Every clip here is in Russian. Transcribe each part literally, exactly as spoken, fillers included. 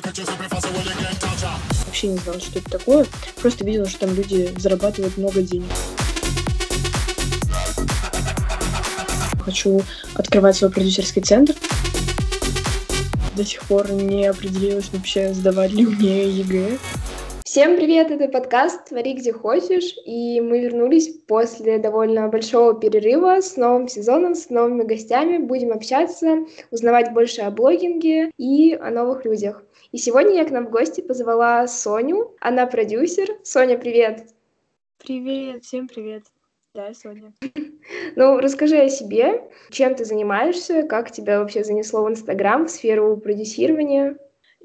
Вообще не знала, что это такое. Просто видела, что там люди зарабатывают много денег. Хочу открывать свой продюсерский центр. До сих пор не определилась вообще, сдавать ли мне ЕГЭ. Всем привет, это подкаст «Твори где хочешь», и мы вернулись после довольно большого перерыва с новым сезоном, с новыми гостями. Будем общаться, узнавать больше о блогинге и о новых людях. И сегодня я к нам в гости позвала Соню, она продюсер. Соня, привет! Привет, всем привет. Да, Соня. Ну, расскажи о себе, чем ты занимаешься, как тебя вообще занесло в Инстаграм, в сферу продюсирования.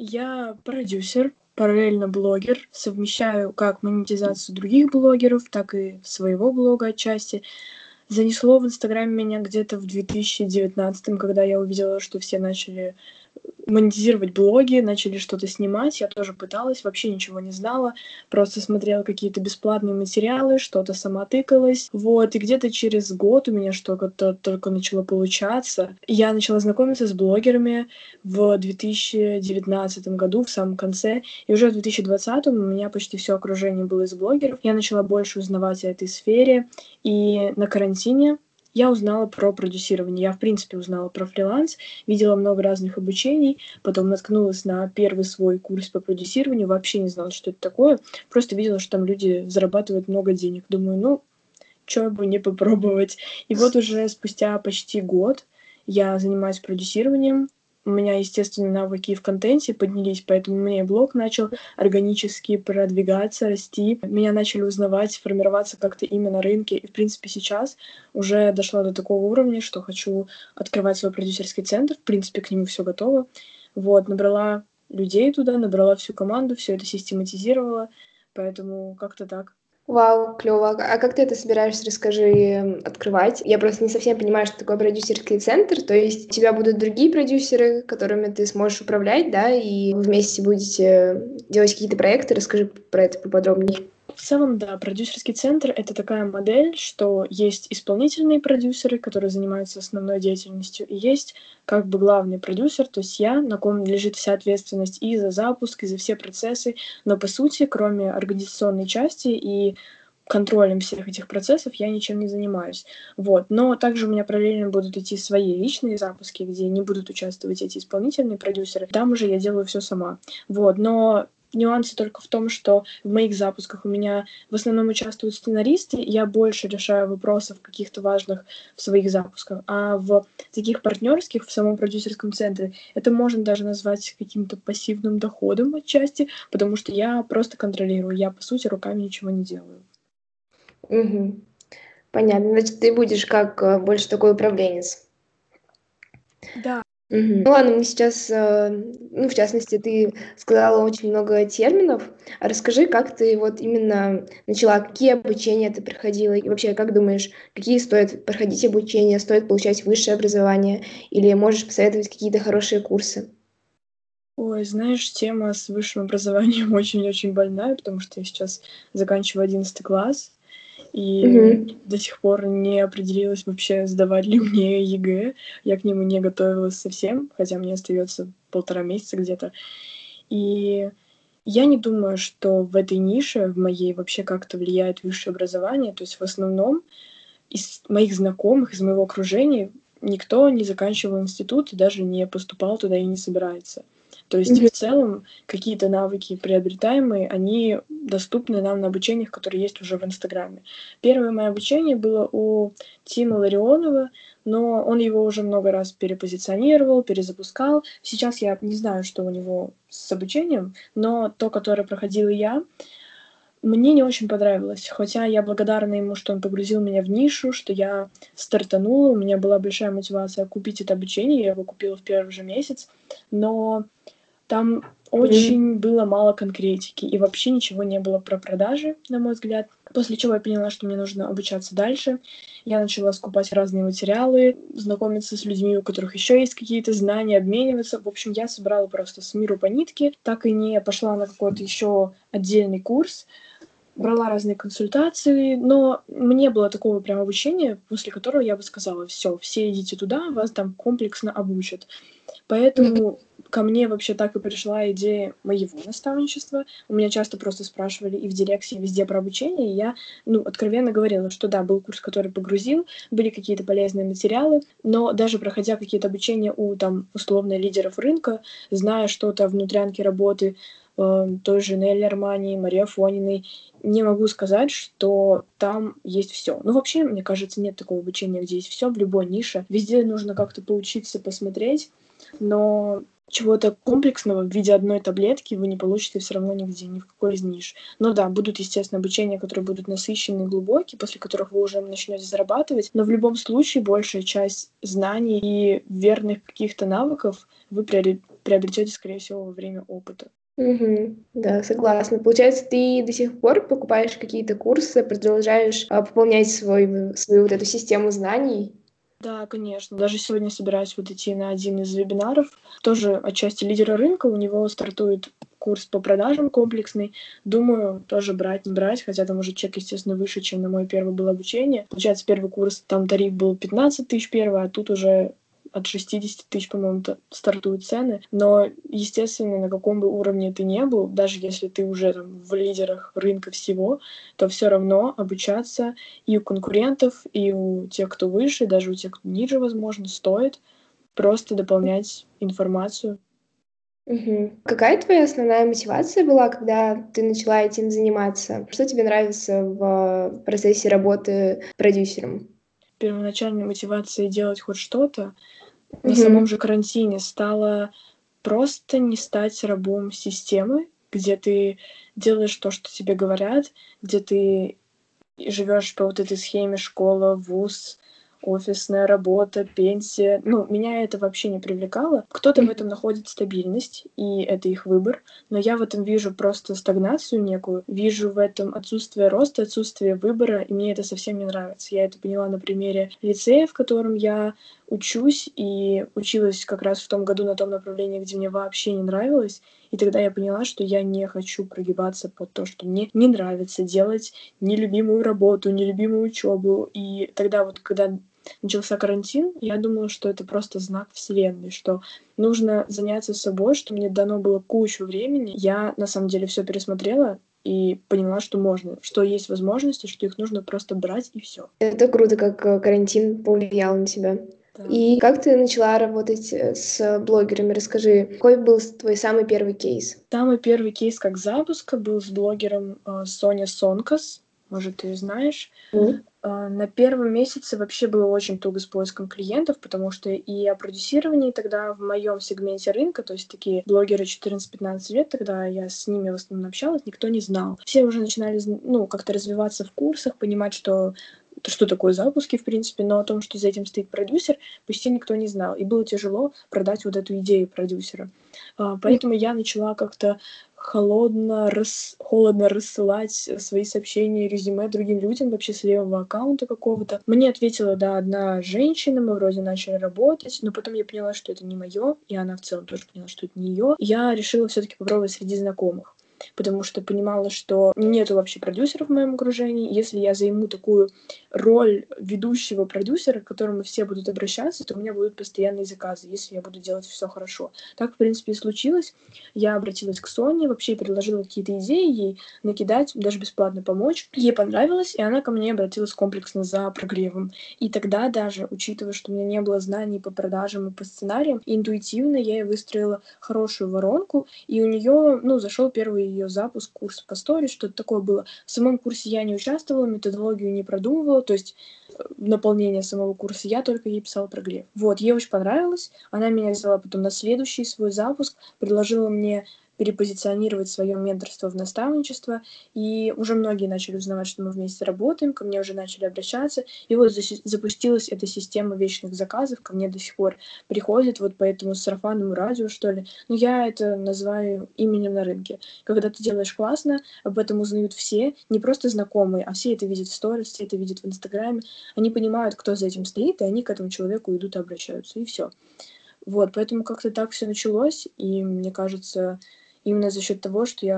Я продюсер, параллельно блогер, совмещаю как монетизацию других блогеров, так и своего блога отчасти. Занесло в Инстаграм меня где-то в две тысячи девятнадцатом, когда я увидела, что все начали монетизировать блоги, начали что-то снимать. Я тоже пыталась, вообще ничего не знала, просто смотрела какие-то бесплатные материалы, что-то сама тыкалась. Вот, и где-то через год у меня что-то только начало получаться. Я начала знакомиться с блогерами в две тысячи девятнадцатом году, в самом конце, и уже в две тысячи двадцатом у меня почти все окружение было из блогеров. Я начала больше узнавать о этой сфере, и на карантине я узнала про продюсирование. Я, в принципе, узнала про фриланс, видела много разных обучений, потом наткнулась на первый свой курс по продюсированию, вообще не знала, что это такое, просто видела, что там люди зарабатывают много денег. Думаю, ну, чё бы не попробовать. И вот уже спустя почти год я занимаюсь продюсированием. У меня, естественно, навыки в контенте поднялись, поэтому у меня блог начал органически продвигаться, расти. Меня начали узнавать, формироваться как-то именно на рынке. И, в принципе, сейчас уже дошла до такого уровня, что хочу открывать свой продюсерский центр. В принципе, к нему все готово. Вот, набрала людей туда, набрала всю команду, все это систематизировала. Поэтому как-то так. Вау, клево. А как ты это собираешься, расскажи, открывать? Я просто не совсем понимаю, что такое продюсерский центр. То есть у тебя будут другие продюсеры, которыми ты сможешь управлять, да, и вы вместе будете делать какие-то проекты. Расскажи про это поподробнее. В целом, да, продюсерский центр — это такая модель, что есть исполнительные продюсеры, которые занимаются основной деятельностью, и есть как бы главный продюсер, то есть я, на ком лежит вся ответственность и за запуск, и за все процессы, но по сути, кроме организационной части и контролем всех этих процессов, я ничем не занимаюсь. Вот. Но также у меня параллельно будут идти свои личные запуски, где не будут участвовать эти исполнительные продюсеры. Там уже я делаю все сама. Вот. Но нюансы только в том, что в моих запусках у меня в основном участвуют сценаристы, и я больше решаю вопросов каких-то важных в своих запусках. А в таких партнерских, в самом продюсерском центре, это можно даже назвать каким-то пассивным доходом отчасти, потому что я просто контролирую, я, по сути, руками ничего не делаю. Угу. Понятно. Значит, ты будешь как э, больше такой управленец. Да. Мгм. Ну ладно, мы сейчас, э, ну, в частности, ты сказала очень много терминов. А расскажи, как ты вот именно начала, какие обучения ты проходила, и вообще, как думаешь, какие стоит проходить обучения, стоит получать высшее образование, или можешь посоветовать какие-то хорошие курсы? Ой, знаешь, тема с высшим образованием очень-очень больная, потому что я сейчас заканчиваю одиннадцатый класс, и Мгм. до сих пор не определилась вообще, сдавать ли мне ЕГЭ. Я к нему не готовилась совсем, хотя мне остается полтора месяца где-то. И я не думаю, что в этой нише, в моей, вообще как-то влияет высшее образование. То есть в основном из моих знакомых, из моего окружения никто не заканчивал институт и даже не поступал туда и не собирается. То есть Мгм. в целом какие-то навыки приобретаемые, они доступны нам на обучениях, которые есть уже в Инстаграме. Первое мое обучение было у Тима Ларионова, но он его уже много раз перепозиционировал, перезапускал. Сейчас я не знаю, что у него с обучением, но то, которое проходила я, мне не очень понравилось, хотя я благодарна ему, что он погрузил меня в нишу, что я стартанула, у меня была большая мотивация купить это обучение, я его купила в первый же месяц, но там Мгм. очень было мало конкретики, и вообще ничего не было про продажи, на мой взгляд. После чего я поняла, что мне нужно обучаться дальше. Я начала скупать разные материалы, знакомиться с людьми, у которых еще есть какие-то знания, обмениваться. В общем, я собрала просто с миру по нитке, так и не пошла на какой-то еще отдельный курс. брала разные консультации, но не было такого прям обучения, после которого я бы сказала: все, все идите туда, вас там комплексно обучат. Поэтому ко мне вообще так и пришла идея моего наставничества. У меня часто просто спрашивали и в директе, и везде про обучение, и я, ну, откровенно говорила, что да, был курс, который погрузил, были какие-то полезные материалы, но даже проходя какие-то обучения у, там, условно, лидеров рынка, зная что-то о внутрянке работы э, той же Нелли Армани, Марии Афониной, не могу сказать, что там есть все. Ну, вообще, мне кажется, нет такого обучения, где есть все в любой нише. Везде нужно как-то поучиться, посмотреть, но чего-то комплексного в виде одной таблетки вы не получите все равно нигде, ни в какой из ниш. Но да, будут, естественно, обучения, которые будут насыщенные, глубокие, после которых вы уже начнете зарабатывать, но в любом случае большая часть знаний и верных каких-то навыков вы приобретете, скорее всего, во время опыта. Угу, да, согласна. Получается, ты до сих пор покупаешь какие-то курсы, продолжаешь а, пополнять свой, свою вот эту систему знаний? Да, конечно. Даже сегодня собираюсь вот идти на один из вебинаров. Тоже отчасти лидера рынка. У него стартует курс по продажам комплексный. Думаю, тоже брать, не брать, хотя там уже чек, естественно, выше, чем на мой первый был обучение. Получается, первый курс, там тариф был пятнадцать тысяч первый, а тут уже от шестьдесят тысяч, по-моему, стартуют цены. Но, естественно, на каком бы уровне ты не был, даже если ты уже там в лидерах рынка всего, то все равно обучаться и у конкурентов, и у тех, кто выше, даже у тех, кто ниже, возможно, стоит просто дополнять информацию. Угу. Какая твоя основная мотивация была, когда ты начала этим заниматься? Что тебе нравится в процессе работы продюсером? Первоначальной мотивацией делать хоть что-то на самом Угу. же карантине стало просто не стать рабом системы, где ты делаешь то, что тебе говорят, где ты живешь по вот этой схеме: школа, вуз, офисная работа, пенсия. Ну, меня это вообще не привлекало. Кто-то в этом находит стабильность, и это их выбор, но я в этом вижу просто стагнацию некую, вижу в этом отсутствие роста, отсутствие выбора, и мне это совсем не нравится. Я это поняла на примере лицея, в котором я учусь, и училась как раз в том году на том направлении, где мне вообще не нравилось. И тогда я поняла, что я не хочу прогибаться под то, что мне не нравится делать нелюбимую работу, нелюбимую учебу. И тогда вот, когда начался карантин, я думала, что это просто знак вселенной, что нужно заняться собой, что мне дано было кучу времени. Я, на самом деле, все пересмотрела и поняла, что можно, что есть возможности, что их нужно просто брать, и все. Это круто, как э, карантин повлиял на тебя. Да. И как ты начала работать э, с блогерами? Расскажи, какой был твой самый первый кейс? Самый первый кейс как запуска был с блогером э, Соня Сонкас, может, ты ее знаешь. Mm. На первом месяце вообще было очень туго с поиском клиентов, потому что и о продюсировании тогда в моем сегменте рынка, то есть такие блогеры четырнадцать-пятнадцать лет, тогда я с ними в основном общалась, никто не знал. Все уже начинали, ну, как-то развиваться в курсах, понимать, что что такое запуски, в принципе, но о том, что за этим стоит продюсер, почти никто не знал. И было тяжело продать вот эту идею продюсера. Поэтому я начала как-то холодно, рас... холодно рассылать свои сообщения и резюме другим людям вообще с левого аккаунта какого-то. Мне ответила, да, одна женщина, мы вроде начали работать, но потом я поняла, что это не мое, и она в целом тоже поняла, что это не ее. Я решила все-таки попробовать среди знакомых, потому что понимала, что нету вообще продюсеров в моем окружении. Если я займу такую роль ведущего продюсера, к которому все будут обращаться, то у меня будут постоянные заказы, если я буду делать все хорошо. Так, в принципе, и случилось. Я обратилась к Соне, вообще предложила какие-то идеи ей накидать, даже бесплатно помочь. Ей понравилось, и она ко мне обратилась комплексно за прогревом. И тогда даже, учитывая, что у меня не было знаний по продажам и по сценариям, интуитивно я ей выстроила хорошую воронку, и у нее, ну, зашел первый ее запуск, курс по сторис, что-то такое было. В самом курсе я не участвовала, методологию не продумывала, то есть наполнение самого курса я только ей писала прогрев. Вот, ей очень понравилось, она меня взяла потом на следующий свой запуск, предложила мне перепозиционировать свое менторство в наставничество, и уже многие начали узнавать, что мы вместе работаем, ко мне уже начали обращаться, и вот запустилась эта система вечных заказов, ко мне до сих пор приходит, вот по этому сарафанному радио, что ли, но я это называю именем на рынке. Когда ты делаешь классно, об этом узнают все, не просто знакомые, а все это видят в сторис, все это видят в Инстаграме, они понимают, кто за этим стоит, и они к этому человеку идут и обращаются, и все. Вот, поэтому как-то так все началось, и мне кажется, именно за счет того, что я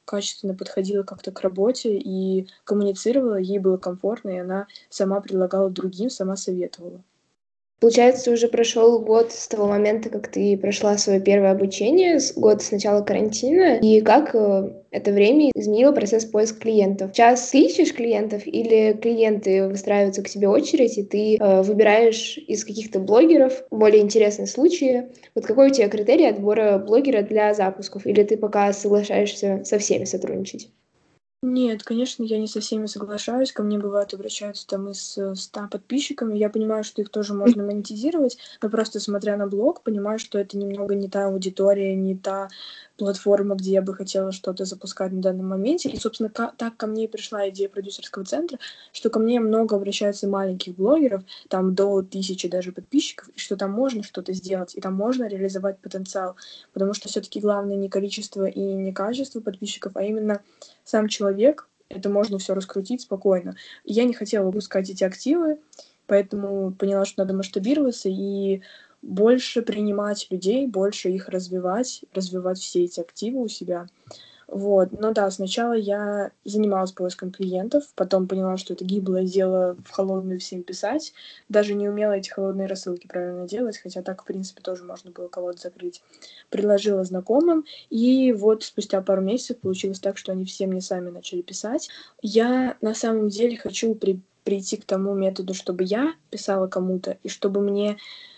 качественно подходила как-то к работе и коммуницировала, ей было комфортно, и она сама предлагала другим, сама советовала. Получается, уже прошел год с того момента, как ты прошла свое первое обучение, с- год с начала карантина, и как э, это время изменило процесс поиска клиентов. Сейчас ты ищешь клиентов или клиенты выстраиваются к тебе очередь, и ты э, выбираешь из каких-то блогеров более интересные случаи? Вот какой у тебя критерий отбора блогера для запусков? Или ты пока соглашаешься со всеми сотрудничать? Нет, конечно, я не со всеми соглашаюсь. Ко мне бывают обращаются там из э, ста подписчиками. Я понимаю, что их тоже можно монетизировать, но просто смотря на блог, понимаю, что это немного не та аудитория, не та платформа, где я бы хотела что-то запускать на данном моменте. И, собственно, ка- так ко мне и пришла идея продюсерского центра, что ко мне много обращаются маленьких блогеров, там до тысячи даже подписчиков, и что там можно что-то сделать, и там можно реализовать потенциал. Потому что все-таки главное не количество и не качество подписчиков, а именно сам человек, это можно все раскрутить спокойно. И я не хотела выпускать эти активы, поэтому поняла, что надо масштабироваться и больше принимать людей, больше их развивать, развивать все эти активы у себя. Вот. Но да, сначала я занималась поиском клиентов, потом поняла, что это гиблое дело в холодную всем писать. Даже не умела эти холодные рассылки правильно делать, хотя так, в принципе, тоже можно было кого-то закрыть. Предложила знакомым, и вот спустя пару месяцев получилось так, что они все мне сами начали писать. Я на самом деле хочу при прийти к тому методу, чтобы я писала кому-то, и чтобы мне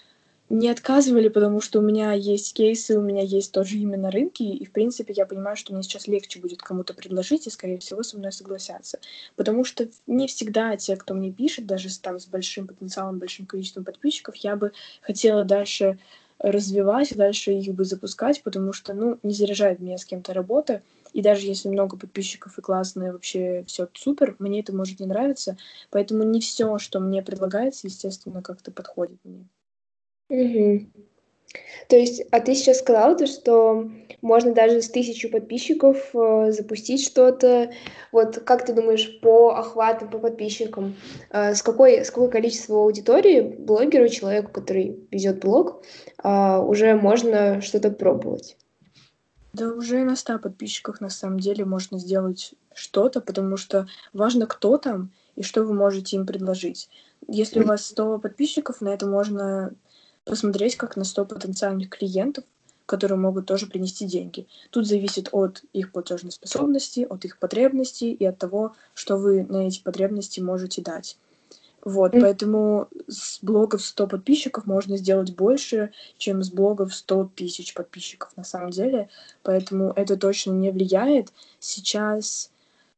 не отказывали, потому что у меня есть кейсы, у меня есть тоже именно рынки, и, в принципе, я понимаю, что мне сейчас легче будет кому-то предложить, и, скорее всего, со мной согласятся. Потому что не всегда те, кто мне пишет, даже с, там, с большим потенциалом, большим количеством подписчиков, я бы хотела дальше развивать, дальше их бы запускать, потому что, ну, не заряжает меня с кем-то работа, и даже если много подписчиков и классные, вообще все супер, мне это может не нравиться, поэтому не все, что мне предлагается, естественно, как-то подходит мне. Мгм. То есть, а ты сейчас сказала то, что можно даже с тысячу подписчиков э, запустить что-то. Вот как ты думаешь по охвату, по подписчикам, э, с какой, с какое количество аудитории блогеру, человеку, который ведет блог, а, уже можно что-то пробовать? Да уже на ста подписчиках на самом деле можно сделать что-то, потому что важно, кто там и что вы можете им предложить. Если у вас сто подписчиков, на это можно посмотреть как на сто потенциальных клиентов, которые могут тоже принести деньги. Тут зависит от их платежной способности, от их потребностей и от того, что вы на эти потребности можете дать. Вот, М, поэтому с блогов сто подписчиков можно сделать больше, чем с блогов сто тысяч подписчиков на самом деле. Поэтому это точно не влияет. Сейчас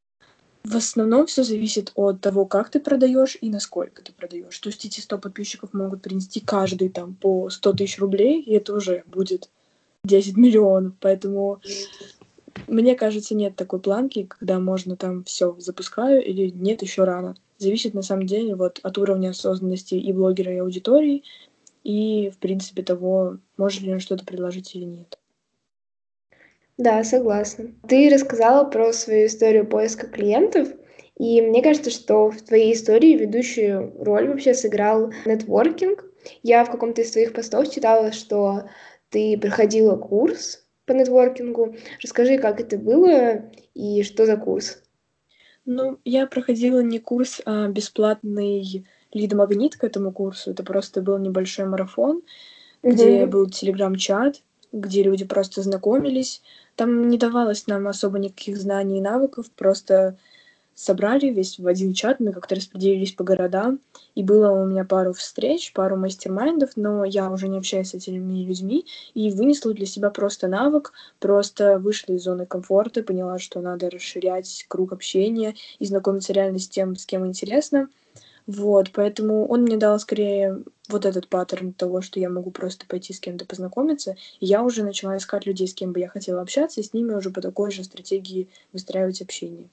в основном все зависит от того, как ты продаешь и насколько ты продаешь. То есть эти сто подписчиков могут принести каждый там по сто тысяч рублей, и это уже будет десять миллионов. Поэтому мне кажется, нет такой планки, когда можно там все запускаю или нет, еще рано. Зависит на самом деле вот от уровня осознанности и блогера, и аудитории, и, в принципе, того, может ли он что-то предложить или нет. Да, согласна. Ты рассказала про свою историю поиска клиентов, и мне кажется, что в твоей истории ведущую роль вообще сыграл нетворкинг. Я в каком-то из твоих постов читала, что ты проходила курс по нетворкингу. Расскажи, как это было и что за курс. Ну, я проходила не курс, а бесплатный лид-магнит к этому курсу. Это просто был небольшой марафон, где Мгм. был телеграм-чат, где люди просто знакомились. Там не давалось нам особо никаких знаний и навыков, просто собрали весь в один чат, мы как-то распределились по городам, и было у меня пару встреч, пару мастер-майндов, но я уже не общаюсь с этими людьми, и вынесла для себя просто навык, просто вышла из зоны комфорта, поняла, что надо расширять круг общения и знакомиться реально с тем, с кем интересно. Вот, поэтому он мне дал скорее вот этот паттерн того, что я могу просто пойти с кем-то познакомиться, и я уже начала искать людей, с кем бы я хотела общаться, и с ними уже по такой же стратегии выстраивать общение.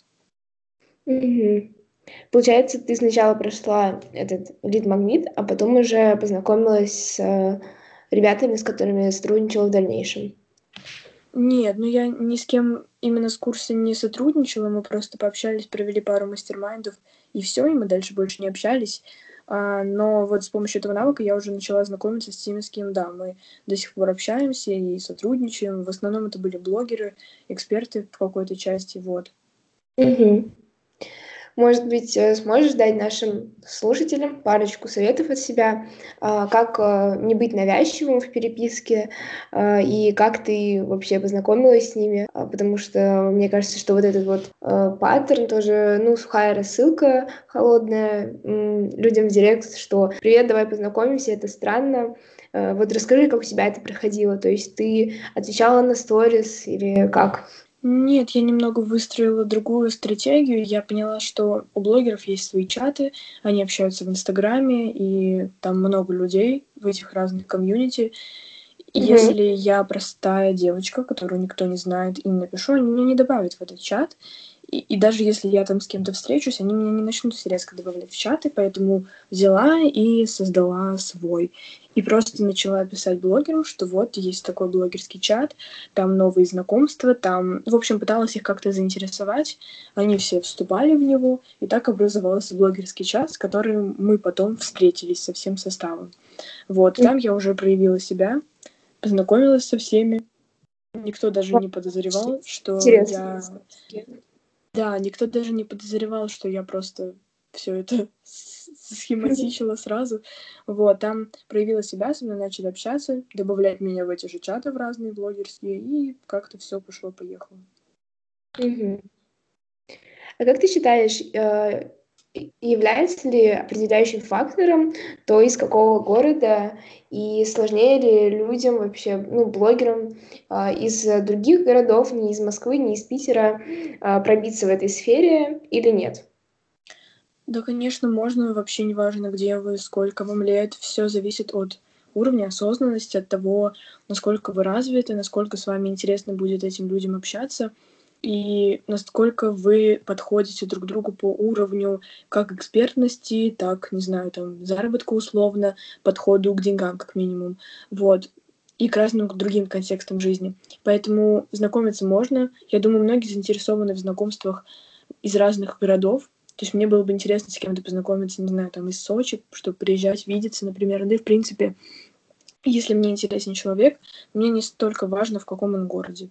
Мгм. Получается, ты сначала прошла этот лид-магнит, а потом уже познакомилась с э, ребятами, с которыми сотрудничала в дальнейшем. Нет, ну я ни с кем именно с курса не сотрудничала, мы просто пообщались, провели пару мастер-майндов, и все, и мы дальше больше не общались. А, но вот с помощью этого навыка я уже начала знакомиться с теми, с кем, да, мы до сих пор общаемся и сотрудничаем. В основном это были блогеры, эксперты в какой-то части, вот. Мгм. Может быть, э, сможешь дать нашим слушателям парочку советов от себя, а, как э, не быть навязчивым в переписке, а, и как ты вообще познакомилась с ними, А, потому что мне кажется, что вот этот вот э, паттерн тоже, ну, сухая рассылка холодная м, людям в директ, что «Привет, давай познакомимся», это странно. Э, Вот расскажи, как у тебя это проходило, то есть ты отвечала на сторис или как? Нет, я немного выстроила другую стратегию. Я поняла, что у блогеров есть свои чаты, они общаются в Инстаграме, и там много людей в этих разных комьюнити. И Мгм. если я простая девочка, которую никто не знает, и не напишу, они меня не добавят в этот чат. И, и даже если я там с кем-то встречусь, они меня не начнут резко добавлять в чаты, поэтому взяла и создала свой. И просто начала писать блогерам, что вот есть такой блогерский чат, там новые знакомства, там... В общем, пыталась их как-то заинтересовать. Они все вступали в него, и так образовался блогерский чат, с которым мы потом встретились со всем составом. Вот, там я уже проявила себя, познакомилась со всеми. Никто даже не подозревал, что Интересно. я... Да, никто даже не подозревал, что я просто все это с- схематичила сразу. Вот, там проявила себя, со мной начали общаться, добавлять меня в эти же чаты в разные блогерские, и как-то все пошло-поехало. Мгм. А как ты считаешь, э, и- является ли определяющим фактором то, из какого города, и сложнее ли людям вообще, ну, блогерам а, из других городов, не из Москвы, не из Питера, а, пробиться в этой сфере или нет? Да, конечно, можно, вообще неважно, где вы, сколько вам лет, все зависит от уровня осознанности, от того, насколько вы развиты, насколько с вами интересно будет этим людям общаться, и насколько вы подходите друг другу по уровню как экспертности, так, не знаю, там, заработка условно, подходу к деньгам, как минимум. Вот. И к разным другим контекстам жизни. Поэтому знакомиться можно. Я думаю, многие заинтересованы в знакомствах из разных городов. То есть мне было бы интересно с кем-то познакомиться, не знаю, там из Сочи, чтобы приезжать, видеться, например. Да и в принципе, если мне интересен человек, мне не столько важно, в каком он городе.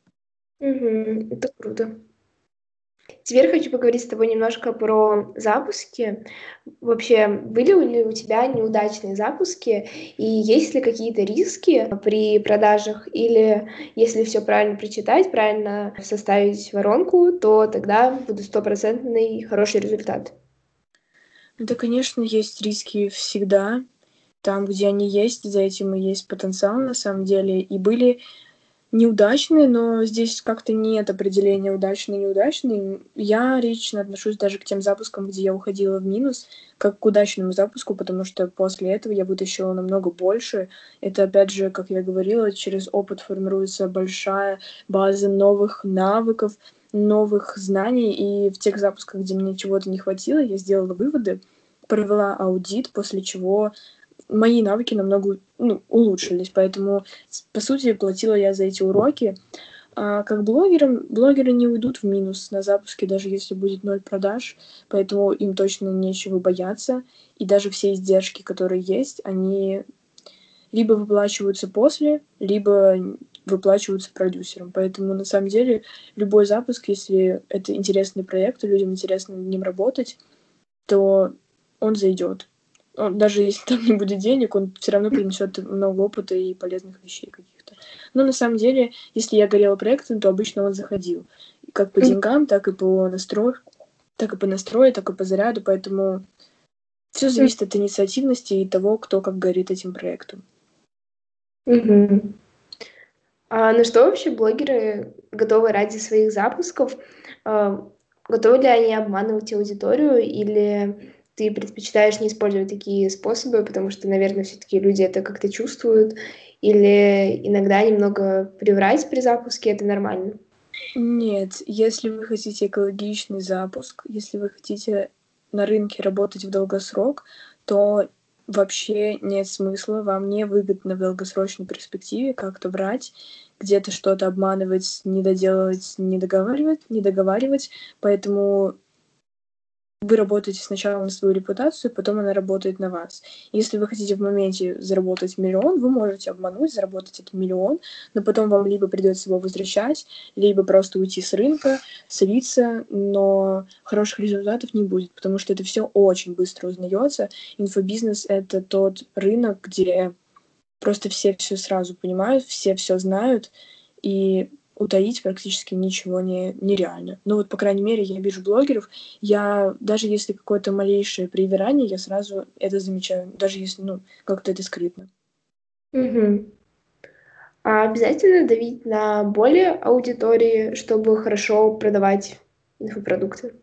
Мгм. Это круто. Теперь хочу поговорить с тобой немножко про запуски. Вообще, были ли у тебя неудачные запуски, и есть ли какие-то риски при продажах, или если все правильно прочитать, правильно составить воронку, то тогда будет стопроцентный хороший результат. Да, конечно, есть риски всегда. Там, где они есть, за этим и есть потенциал на самом деле. И были неудачные, но здесь как-то нет определения удачный-неудачный. Я лично отношусь даже к тем запускам, где я уходила в минус, как к удачному запуску, потому что после этого я вытащила намного больше. Это, опять же, как я говорила, через опыт формируется большая база новых навыков, новых знаний, и в тех запусках, где мне чего-то не хватило, я сделала выводы, провела аудит, после чего мои навыки намного ну, улучшились, поэтому, по сути, платила я за эти уроки. А как блогерам, блогеры не уйдут в минус на запуске, даже если будет ноль продаж, поэтому им точно нечего бояться. И даже все издержки, которые есть, они либо выплачиваются после, либо выплачиваются продюсерам. Поэтому, на самом деле, любой запуск, если это интересный проект, и людям интересно над ним работать, то он зайдет. Он, даже если там не будет денег, он все равно принесет много опыта и полезных вещей каких-то. Но на самом деле, если я горела проектом, то обычно он заходил. Как по деньгам, так и по настрою, так и по настрою, так и по заряду. Поэтому все зависит от инициативности и того, кто как горит этим проектом. Мгм. А на что вообще блогеры готовы ради своих запусков? А, Готовы ли они обманывать аудиторию, или ты предпочитаешь не использовать такие способы, потому что, наверное, все-таки люди это как-то чувствуют, или иногда немного приврать при запуске это нормально? Нет, если вы хотите экологичный запуск, если вы хотите на рынке работать в долгосрок, то вообще нет смысла, вам не выгодно в долгосрочной перспективе как-то врать, где-то что-то обманывать, недоделывать, недоговаривать, недоговаривать. Поэтому вы работаете сначала на свою репутацию, потом она работает на вас. Если вы хотите в моменте заработать миллион, вы можете обмануть, заработать этот миллион, но потом вам либо придется его возвращать, либо просто уйти с рынка, слиться, но хороших результатов не будет, потому что это все очень быстро узнается. Инфобизнес — это тот рынок, где просто все все сразу понимают, все все знают, и утаить практически ничего не, нереально. Ну вот, по крайней мере, я вижу блогеров, я даже если какое-то малейшее привирание, я сразу это замечаю, даже если, ну, как-то это скрытно. Мгм. А обязательно давить на более аудитории, чтобы хорошо продавать инфопродукты?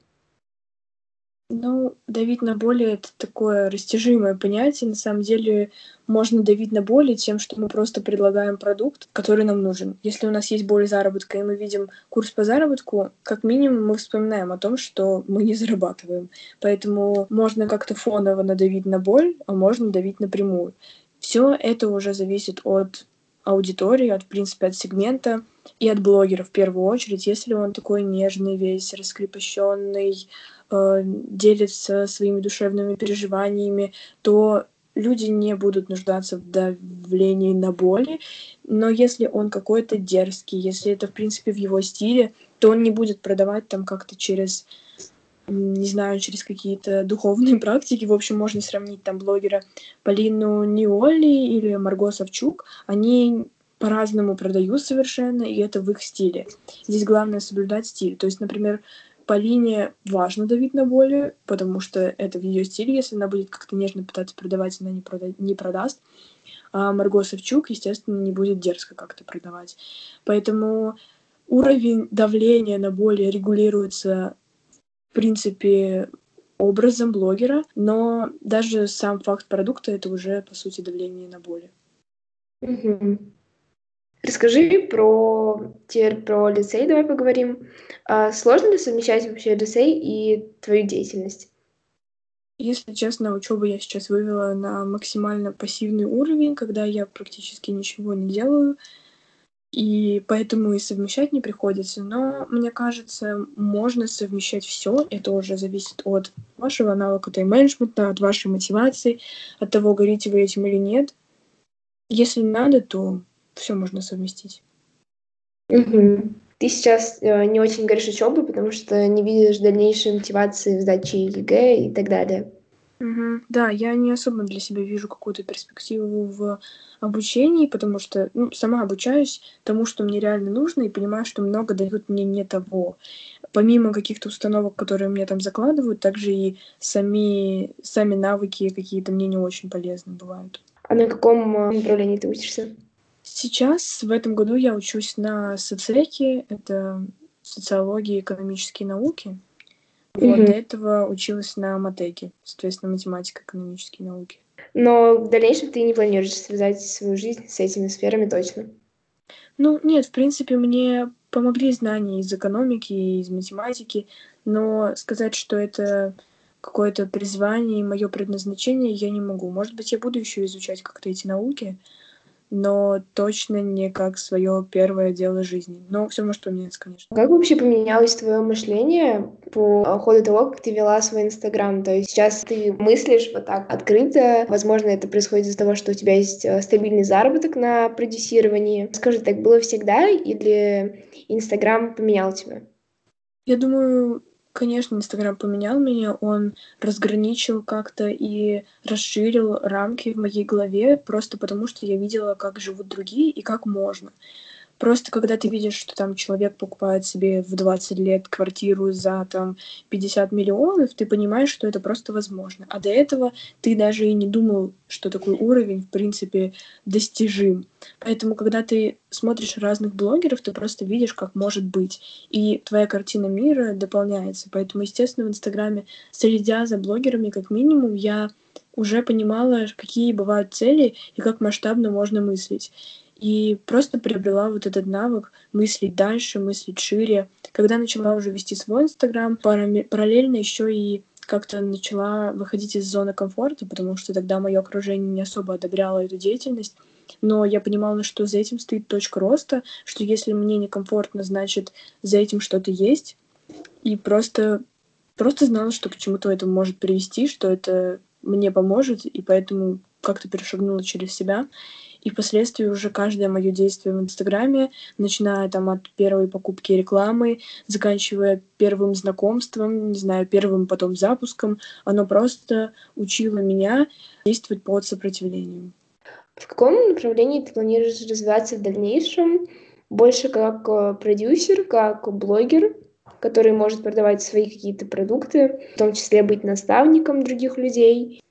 Ну, давить на боли — это такое растяжимое понятие. На самом деле можно давить на боли тем, что мы просто предлагаем продукт, который нам нужен. Если у нас есть боль заработка, и мы видим курс по заработку, как минимум мы вспоминаем о том, что мы не зарабатываем. Поэтому можно как-то фоново надавить на боль, а можно давить напрямую. Все это уже зависит от аудитории, от, в принципе, от сегмента и от блогера в первую очередь. Если он такой нежный, весь раскрепощенный, э, делится своими душевными переживаниями, то люди не будут нуждаться в давлении на боли. Но если он какой-то дерзкий, если это, в принципе, в его стиле, то он не будет продавать там как-то через, не знаю, через какие-то духовные практики. В общем, можно сравнить там блогера Полину Ниоли или Марго Савчук. Они по-разному продают совершенно, и это в их стиле. Здесь главное соблюдать стиль. То есть, например, Полине важно давить на боли, потому что это в ее стиле. Если она будет как-то нежно пытаться продавать, она не, прода- не продаст. А Марго Савчук, естественно, не будет дерзко как-то продавать. Поэтому уровень давления на боли регулируется, в принципе, образом блогера, но даже сам факт продукта — это уже, по сути, давление на боли. Мгм. Расскажи про теперь про лицей, давай поговорим. А сложно ли совмещать вообще лицей и твою деятельность? Если честно, учебу я сейчас вывела на максимально пассивный уровень, когда я практически ничего не делаю, и поэтому и совмещать не приходится. Но мне кажется, можно совмещать все. Это уже зависит от вашего навыка тайм-менеджмента, от вашей мотивации, от того, горите вы этим или нет. Если надо, то все можно совместить. Мгм. Ты сейчас э, не очень горишь учебой, потому что не видишь дальнейшей мотивации в сдаче ЕГЭ и так далее. Мгм. Да, я не особо для себя вижу какую-то перспективу в обучении, потому что, ну, сама обучаюсь тому, что мне реально нужно, и понимаю, что много дают мне не того. Помимо каких-то установок, которые мне там закладывают, также и сами, сами навыки какие-то мне не очень полезны бывают. А на каком э, направлении ты учишься? Сейчас, в этом году, я учусь на соцеке, это социология и экономические науки. Вот, Мгм. до этого училась на матеке, соответственно, математика, экономические науки. Но в дальнейшем ты не планируешь связать свою жизнь с этими сферами точно. Ну, нет, в принципе, мне помогли знания из экономики и из математики, но сказать, что это какое-то призвание и мое предназначение, я не могу. Может быть, я буду еще изучать как-то эти науки, но точно не как свое первое дело жизни. Но все может поменяться, конечно. Как вообще поменялось твое мышление по ходу того, как ты вела свой Инстаграм? То есть сейчас ты мыслишь вот так открыто. Возможно, это происходит из-за того, что у тебя есть э, стабильный заработок на продюсировании. Скажи, так было всегда или Инстаграм поменял тебя? Я думаю, конечно, Инстаграм поменял меня, он разграничил как-то и расширил рамки в моей голове, просто потому что я видела, как живут другие и как можно. Просто когда ты видишь, что там человек покупает себе в двадцать лет квартиру за там пятьдесят миллионов, ты понимаешь, что это просто возможно. А до этого ты даже и не думал, что такой уровень, в принципе, достижим. Поэтому, когда ты смотришь разных блогеров, ты просто видишь, как может быть. И твоя картина мира дополняется. Поэтому, естественно, в Инстаграме, следя за блогерами, как минимум, я уже понимала, какие бывают цели и как масштабно можно мыслить. И просто приобрела вот этот навык мыслить дальше, мыслить шире. Когда начала уже вести свой Инстаграм, параме- параллельно еще и как-то начала выходить из зоны комфорта, потому что тогда мое окружение не особо одобряло эту деятельность. Но я понимала, что за этим стоит точка роста, что если мне некомфортно, значит, за этим что-то есть. И просто просто знала, что к чему-то это может привести, что это мне поможет, и поэтому как-то перешагнула через себя. И впоследствии уже каждое мое действие в Инстаграме, начиная там от первой покупки рекламы, заканчивая первым знакомством, не знаю, первым потом запуском, оно просто учило меня действовать под сопротивлением. В каком направлении ты планируешь развиваться в дальнейшем? Больше как э, продюсер, как блогер, который может продавать свои какие-то продукты, в том числе быть наставником других людей?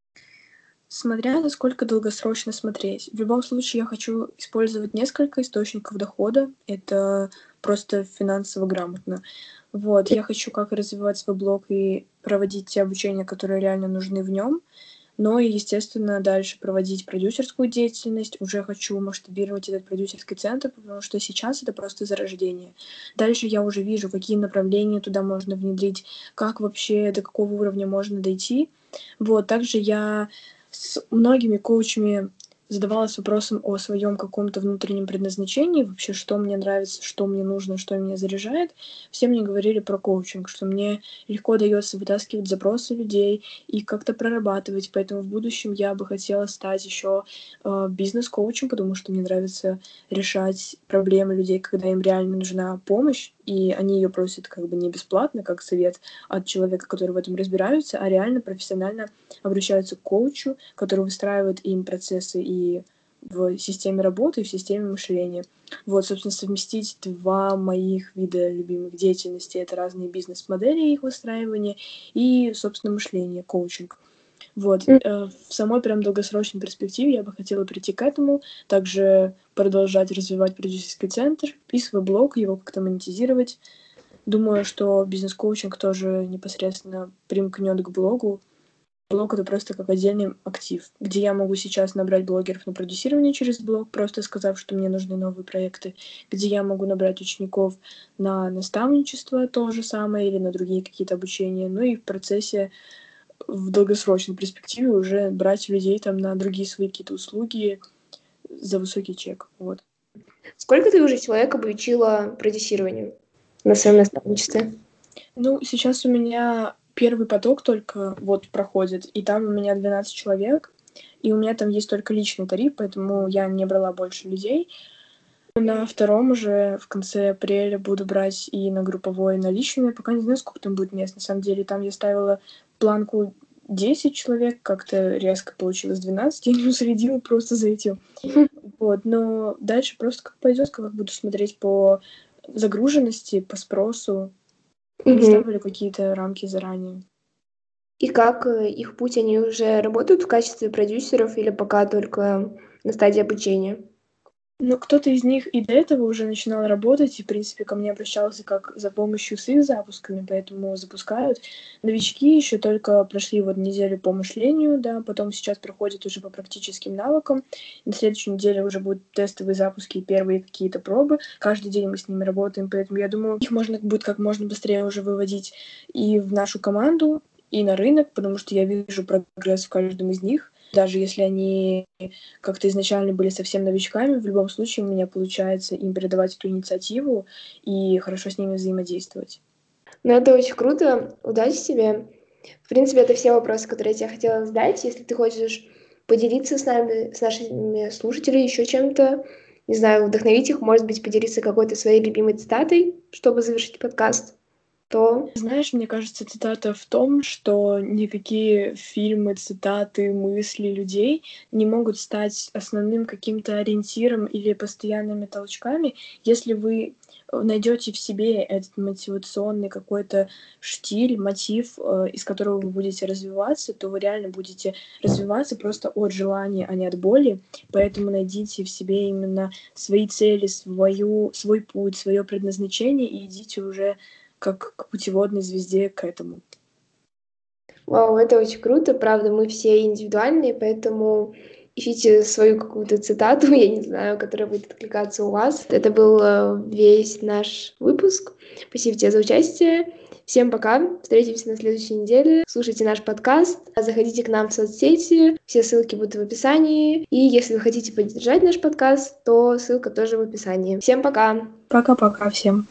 Смотря насколько долгосрочно смотреть. В любом случае, я хочу использовать несколько источников дохода. Это просто финансово грамотно. Вот, я хочу как развивать свой блог и проводить те обучения, которые реально нужны в нем, но и, естественно, дальше проводить продюсерскую деятельность. Уже хочу масштабировать этот продюсерский центр, потому что сейчас это просто зарождение. Дальше я уже вижу, какие направления туда можно внедрить, как вообще, до какого уровня можно дойти. Вот, также я с многими коучами задавалась вопросом о своем каком-то внутреннем предназначении, вообще, что мне нравится, что мне нужно, что меня заряжает. Все мне говорили про коучинг, что мне легко дается вытаскивать запросы людей и как-то прорабатывать, поэтому в будущем я бы хотела стать еще э, бизнес-коучем, потому что мне нравится решать проблемы людей, когда им реально нужна помощь, и они ее просят как бы не бесплатно, как совет от человека, который в этом разбирается, а реально профессионально обращаются к коучу, который выстраивает им процессы и в системе работы, и в системе мышления. Вот, собственно, совместить два моих вида любимых деятельности — это разные бизнес-модели и их выстраивание, и, собственно, мышление, коучинг. Вот. М, Э, В самой прям долгосрочной перспективе я бы хотела прийти к этому, также продолжать развивать продюсерский центр и свой блог, его как-то монетизировать. Думаю, что бизнес-коучинг тоже непосредственно примкнет к блогу. Блог — это просто как отдельный актив, где я могу сейчас набрать блогеров на продюсирование через блог, просто сказав, что мне нужны новые проекты, где я могу набрать учеников на наставничество, то же самое, или на другие какие-то обучения, ну и в процессе, в долгосрочной перспективе уже брать людей там на другие свои какие-то услуги за высокий чек. Вот. Сколько ты уже человек обучила продюсированию на своем наставничестве? Ну, сейчас у меня первый поток только вот проходит, и там у меня двенадцать человек, и у меня там есть только личный тариф, поэтому я не брала больше людей. На втором уже в конце апреля буду брать и на групповой, и на личный. Пока не знаю, сколько там будет мест. На самом деле, там я ставила планку десять человек, как-то резко получилось двенадцать, я не уследила просто за этим. Вот, но дальше просто как пойдет, как буду смотреть по загруженности, по спросу. Не Мгм. ставили какие-то рамки заранее. И как э, их путь, они уже работают в качестве продюсеров или пока только на стадии обучения? Ну, кто-то из них и до этого уже начинал работать, и, в принципе, ко мне обращался как за помощью с их запусками, поэтому запускают. Новички еще только прошли вот неделю по мышлению, да, потом сейчас проходят уже по практическим навыкам. На следующей неделе уже будут тестовые запуски и первые какие-то пробы. Каждый день мы с ними работаем, поэтому я думаю, их можно будет как можно быстрее уже выводить и в нашу команду, и на рынок, потому что я вижу прогресс в каждом из них. Даже если они как-то изначально были совсем новичками, в любом случае у меня получается им передавать эту инициативу и хорошо с ними взаимодействовать. Ну, это очень круто. Удачи тебе. В принципе, это все вопросы, которые я тебе хотела задать. Если ты хочешь поделиться с нами, с нашими слушателями еще чем-то, не знаю, вдохновить их, может быть, поделиться какой-то своей любимой цитатой, чтобы завершить подкаст, то... Знаешь, мне кажется, цитата в том, что никакие фильмы, цитаты, мысли людей не могут стать основным каким-то ориентиром или постоянными толчками, если вы найдете в себе этот мотивационный какой-то штиль, мотив, э, из которого вы будете развиваться, то вы реально будете развиваться просто от желания, а не от боли. Поэтому найдите в себе именно свои цели, свою, свой путь, свое предназначение и идите уже как к путеводной звезде к этому. Вау, это очень круто, правда, мы все индивидуальные, поэтому ищите свою какую-то цитату, я не знаю, которая будет откликаться у вас. Это был э, весь наш выпуск. Спасибо тебе за участие. Всем пока, встретимся на следующей неделе. Слушайте наш подкаст, заходите к нам в соцсети, все ссылки будут в описании. И если вы хотите поддержать наш подкаст, то ссылка тоже в описании. Всем пока! Пока-пока всем.